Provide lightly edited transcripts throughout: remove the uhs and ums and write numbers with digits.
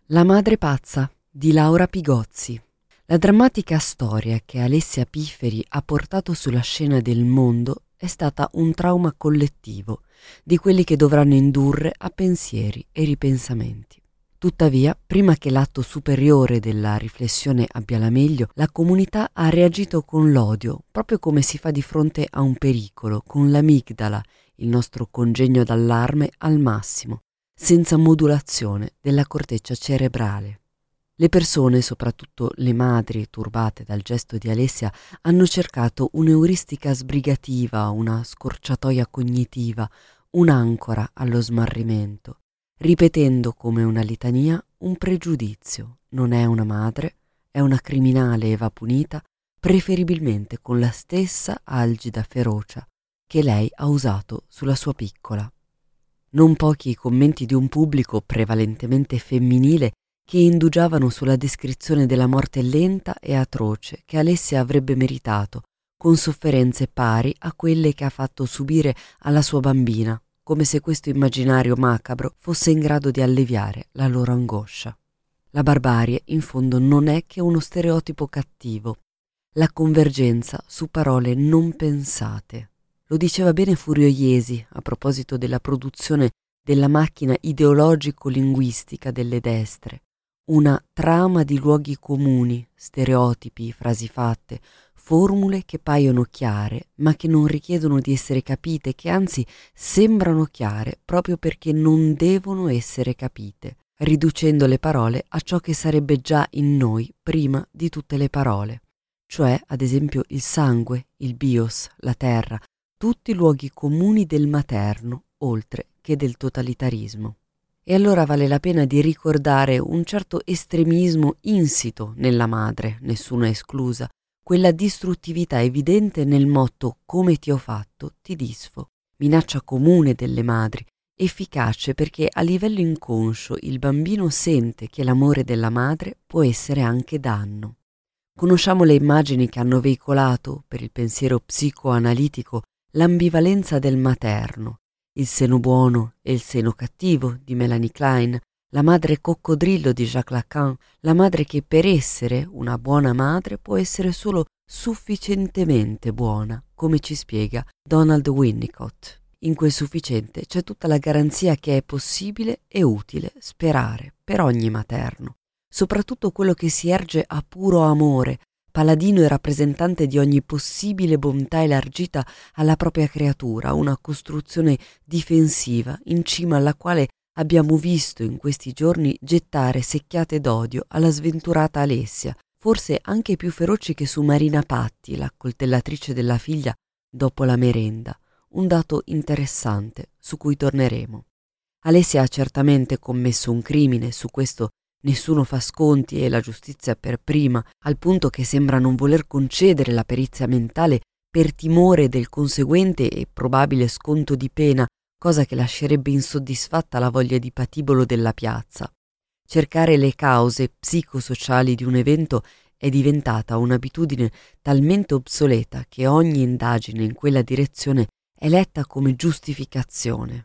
La madre pazza di Laura Pigozzi. La drammatica storia che Alessia Pifferi ha portato sulla scena del mondo è stata un trauma collettivo, di quelli che dovranno indurre a pensieri e ripensamenti. Tuttavia, prima che l'atto superiore della riflessione abbia la meglio, la comunità ha reagito con l'odio, proprio come si fa di fronte a un pericolo, con l'amigdala, il nostro congegno d'allarme al massimo, senza modulazione della corteccia cerebrale. Le persone, soprattutto le madri turbate dal gesto di Alessia, hanno cercato un'euristica sbrigativa, una scorciatoia cognitiva, un'ancora allo smarrimento, ripetendo come una litania un pregiudizio: non è una madre, è una criminale e va punita, preferibilmente con la stessa algida ferocia che lei ha usato sulla sua piccola. Non pochi i commenti di un pubblico prevalentemente femminile che indugiavano sulla descrizione della morte lenta e atroce che Alessia avrebbe meritato, con sofferenze pari a quelle che ha fatto subire alla sua bambina, come se questo immaginario macabro fosse in grado di alleviare la loro angoscia. La barbarie, in fondo, non è che uno stereotipo cattivo, la convergenza su parole non pensate. Lo diceva bene Furio Iesi a proposito della produzione della macchina ideologico-linguistica delle destre, una trama di luoghi comuni, stereotipi, frasi fatte, formule che paiono chiare ma che non richiedono di essere capite, che anzi sembrano chiare proprio perché non devono essere capite, riducendo le parole a ciò che sarebbe già in noi prima di tutte le parole, cioè ad esempio il sangue, il bios, la terra, tutti luoghi comuni del materno, oltre che del totalitarismo. E allora vale la pena di ricordare un certo estremismo insito nella madre, nessuna esclusa, quella distruttività evidente nel motto «come ti ho fatto, ti disfo», minaccia comune delle madri, efficace perché a livello inconscio il bambino sente che l'amore della madre può essere anche danno. Conosciamo le immagini che hanno veicolato, per il pensiero psicoanalitico, l'ambivalenza del materno, il seno buono e il seno cattivo di Melanie Klein, la madre coccodrillo di Jacques Lacan, la madre che per essere una buona madre può essere solo sufficientemente buona, come ci spiega Donald Winnicott. In quel sufficiente c'è tutta la garanzia che è possibile e utile sperare per ogni materno, soprattutto quello che si erge a puro amore, paladino e rappresentante di ogni possibile bontà elargita alla propria creatura, una costruzione difensiva in cima alla quale abbiamo visto in questi giorni gettare secchiate d'odio alla sventurata Alessia, forse anche più feroci che su Marina Patti, la coltellatrice della figlia dopo la merenda, un dato interessante su cui torneremo. Alessia ha certamente commesso un crimine, su questo nessuno fa sconti e la giustizia per prima, al punto che sembra non voler concedere la perizia mentale per timore del conseguente e probabile sconto di pena, cosa che lascerebbe insoddisfatta la voglia di patibolo della piazza. Cercare le cause psicosociali di un evento è diventata un'abitudine talmente obsoleta che ogni indagine in quella direzione è letta come giustificazione.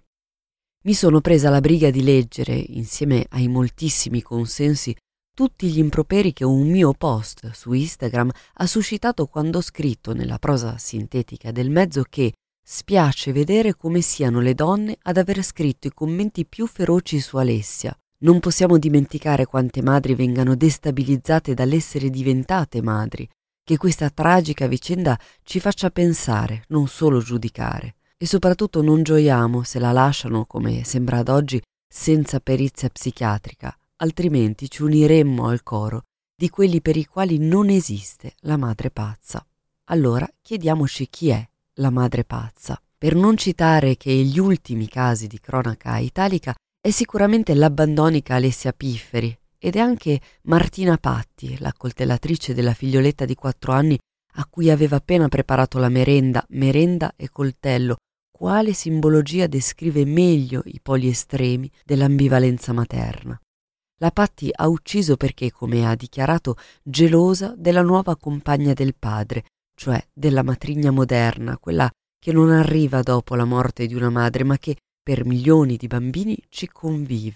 Mi sono presa la briga di leggere, insieme ai moltissimi consensi, tutti gli improperi che un mio post su Instagram ha suscitato quando ho scritto nella prosa sintetica del mezzo che spiace vedere come siano le donne ad aver scritto i commenti più feroci su Alessia. Non possiamo dimenticare quante madri vengano destabilizzate dall'essere diventate madri, che questa tragica vicenda ci faccia pensare, non solo giudicare. E soprattutto non gioiamo se la lasciano, come sembra ad oggi, senza perizia psichiatrica, altrimenti ci uniremmo al coro di quelli per i quali non esiste la madre pazza. Allora chiediamoci chi è la madre pazza. Per non citare che gli ultimi casi di cronaca italica è sicuramente l'abbandonica Alessia Pifferi ed è anche Martina Patti, la coltellatrice della figlioletta di 4 anni a cui aveva appena preparato la merenda e coltello, quale simbologia descrive meglio i poli estremi dell'ambivalenza materna. La Patti ha ucciso perché, come ha dichiarato, gelosa della nuova compagna del padre, cioè della matrigna moderna, quella che non arriva dopo la morte di una madre, ma che per milioni di bambini ci convive.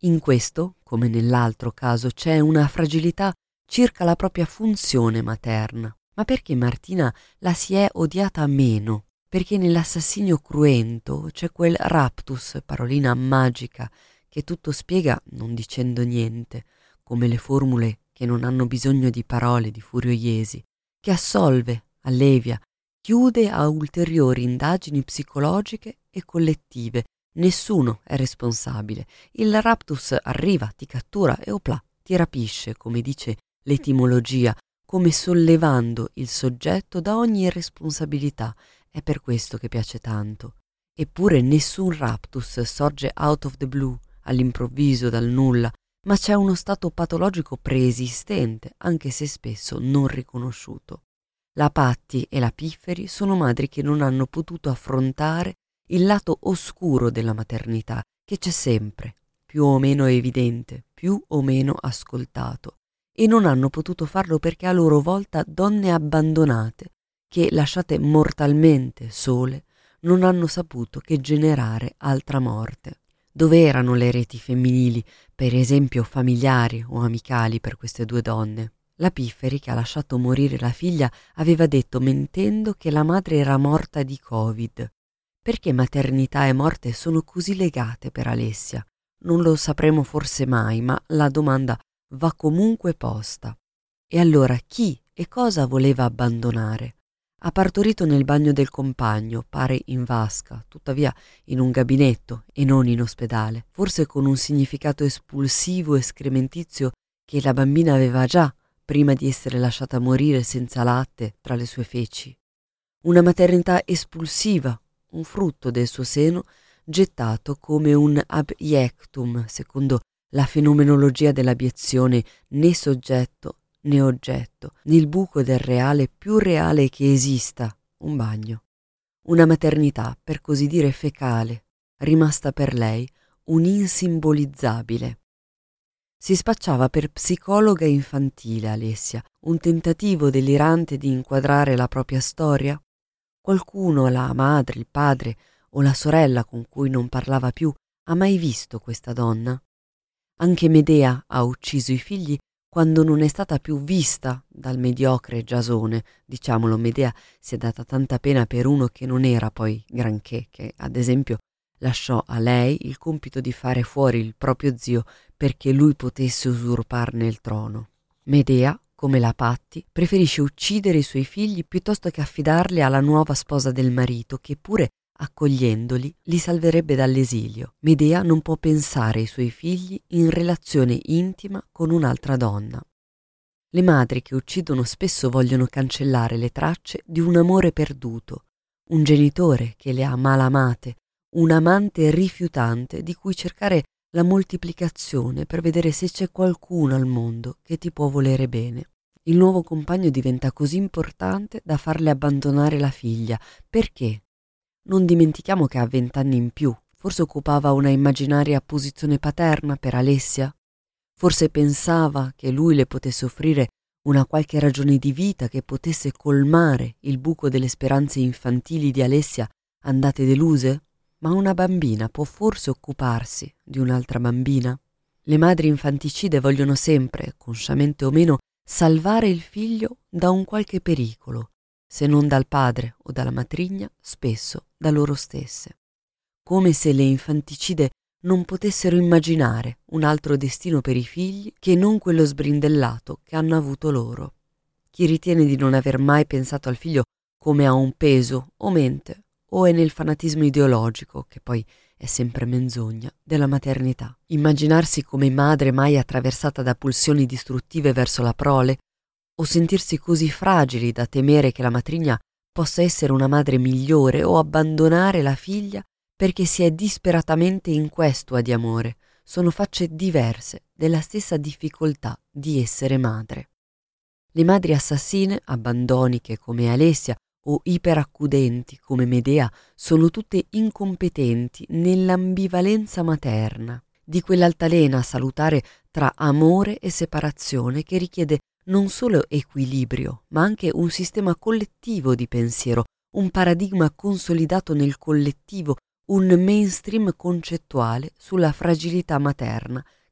In questo, come nell'altro caso, c'è una fragilità circa la propria funzione materna. Ma perché Martina la si è odiata meno? Perché nell'assassinio cruento c'è quel raptus, parolina magica, che tutto spiega non dicendo niente, come le formule che non hanno bisogno di parole di Furio Iesi, che assolve, allevia, chiude a ulteriori indagini psicologiche e collettive. Nessuno è responsabile. Il raptus arriva, ti cattura e opla, ti rapisce, come dice l'etimologia, come sollevando il soggetto da ogni responsabilità. È per questo che piace tanto. Eppure nessun raptus sorge out of the blue, all'improvviso, dal nulla, ma c'è uno stato patologico preesistente, anche se spesso non riconosciuto. La Patti e la Pifferi sono madri che non hanno potuto affrontare il lato oscuro della maternità, che c'è sempre, più o meno evidente, più o meno ascoltato, e non hanno potuto farlo perché a loro volta donne abbandonate, che lasciate mortalmente sole, non hanno saputo che generare altra morte. Dove erano le reti femminili, per esempio familiari o amicali, per queste due donne? La Pifferi, che ha lasciato morire la figlia, aveva detto mentendo che la madre era morta di Covid. Perché maternità e morte sono così legate per Alessia? Non lo sapremo forse mai, ma la domanda va comunque posta. E allora chi e cosa voleva abbandonare? Ha partorito nel bagno del compagno, pare in vasca, tuttavia in un gabinetto e non in ospedale, forse con un significato espulsivo e escrementizio che la bambina aveva già prima di essere lasciata morire senza latte tra le sue feci. Una maternità espulsiva, un frutto del suo seno gettato come un abiectum, secondo la fenomenologia dell'abiezione, né soggetto né oggetto, nel buco del reale più reale che esista, un bagno. Una maternità, per così dire, fecale, rimasta per lei un insimbolizzabile. Si spacciava per psicologa infantile Alessia, un tentativo delirante di inquadrare la propria storia? Qualcuno, la madre, il padre o la sorella con cui non parlava più, ha mai visto questa donna? Anche Medea ha ucciso i figli quando non è stata più vista dal mediocre Giasone. Diciamolo, Medea si è data tanta pena per uno che non era poi granché, che ad esempio lasciò a lei il compito di fare fuori il proprio zio perché lui potesse usurparne il trono. Medea, come la Patti, preferisce uccidere i suoi figli piuttosto che affidarli alla nuova sposa del marito, che pure accogliendoli li salverebbe dall'esilio. Medea non può pensare ai suoi figli in relazione intima con un'altra donna. Le madri che uccidono spesso vogliono cancellare le tracce di un amore perduto, un genitore che le ha malamate, un amante rifiutante di cui cercare la moltiplicazione per vedere se c'è qualcuno al mondo che ti può volere bene. Il nuovo compagno diventa così importante da farle abbandonare la figlia. Perché? Non dimentichiamo che ha 20 anni in più. Forse occupava una immaginaria posizione paterna per Alessia? Forse pensava che lui le potesse offrire una qualche ragione di vita che potesse colmare il buco delle speranze infantili di Alessia andate deluse? Ma una bambina può forse occuparsi di un'altra bambina? Le madri infanticide vogliono sempre, consciamente o meno, salvare il figlio da un qualche pericolo, se non dal padre o dalla matrigna, spesso da loro stesse. Come se le infanticide non potessero immaginare un altro destino per i figli che non quello sbrindellato che hanno avuto loro. Chi ritiene di non aver mai pensato al figlio come a un peso o mente, o è nel fanatismo ideologico, che poi è sempre menzogna, della maternità. Immaginarsi come madre mai attraversata da pulsioni distruttive verso la prole, o sentirsi così fragili da temere che la matrigna possa essere una madre migliore, o abbandonare la figlia perché si è disperatamente inquestua di amore, sono facce diverse della stessa difficoltà di essere madre. Le madri assassine, abbandoniche come Alessia, o iperaccudenti come Medea, sono tutte incompetenti nell'ambivalenza materna, di quell'altalena salutare tra amore e separazione che richiede non solo equilibrio, ma anche un sistema collettivo di pensiero, un paradigma consolidato nel collettivo, un mainstream concettuale sulla fragilità materna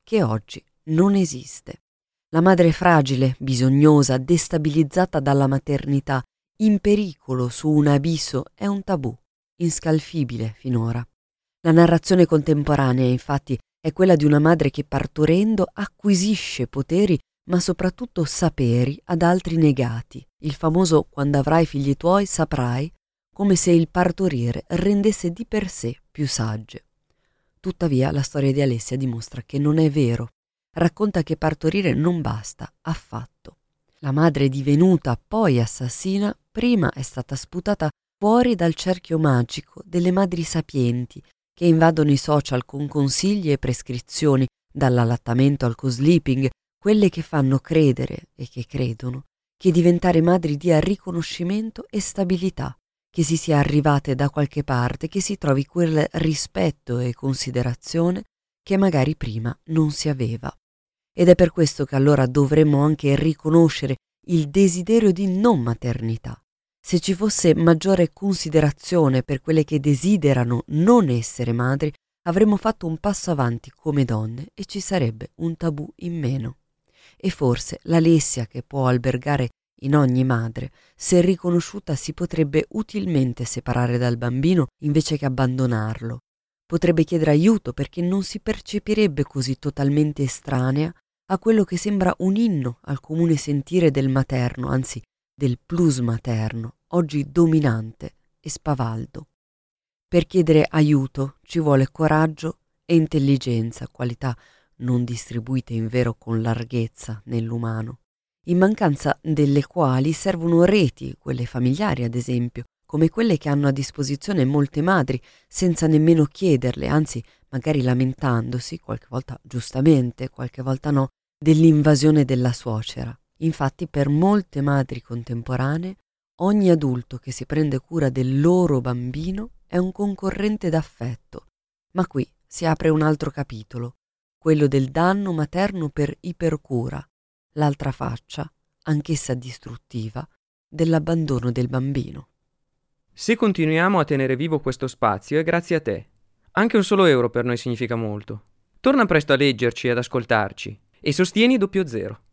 che oggi non esiste. La madre fragile, bisognosa, destabilizzata dalla maternità, in pericolo su un abisso è un tabù, inscalfibile finora. La narrazione contemporanea, infatti, è quella di una madre che partorendo acquisisce poteri ma soprattutto saperi ad altri negati. Il famoso "quando avrai figli tuoi saprai", come se il partorire rendesse di per sé più sagge. Tuttavia la storia di Alessia dimostra che non è vero. Racconta che partorire non basta affatto. La madre divenuta poi assassina prima è stata sputata fuori dal cerchio magico delle madri sapienti che invadono i social con consigli e prescrizioni, dall'allattamento al co-sleeping, quelle che fanno credere e che credono che diventare madri dia riconoscimento e stabilità, che si sia arrivate da qualche parte, che si trovi quel rispetto e considerazione che magari prima non si aveva. Ed è per questo che allora dovremmo anche riconoscere il desiderio di non maternità. Se ci fosse maggiore considerazione per quelle che desiderano non essere madri, avremmo fatto un passo avanti come donne e ci sarebbe un tabù in meno. E forse l'Alessia che può albergare in ogni madre, se riconosciuta, si potrebbe utilmente separare dal bambino invece che abbandonarlo. Potrebbe chiedere aiuto perché non si percepirebbe così totalmente estranea a quello che sembra un inno al comune sentire del materno, anzi del plus materno, oggi dominante e spavaldo. Per chiedere aiuto ci vuole coraggio e intelligenza, qualità non distribuite in vero con larghezza nell'umano, in mancanza delle quali servono reti, quelle familiari ad esempio, come quelle che hanno a disposizione molte madri, senza nemmeno chiederle, anzi magari lamentandosi, qualche volta giustamente, qualche volta no, dell'invasione della suocera. Infatti per molte madri contemporanee ogni adulto che si prende cura del loro bambino è un concorrente d'affetto, ma qui si apre un altro capitolo, quello del danno materno per ipercura, l'altra faccia, anch'essa distruttiva, dell'abbandono del bambino. Se continuiamo a tenere vivo questo spazio è grazie a te. Anche un solo euro per noi significa molto. Torna presto a leggerci e ad ascoltarci e sostieni 00.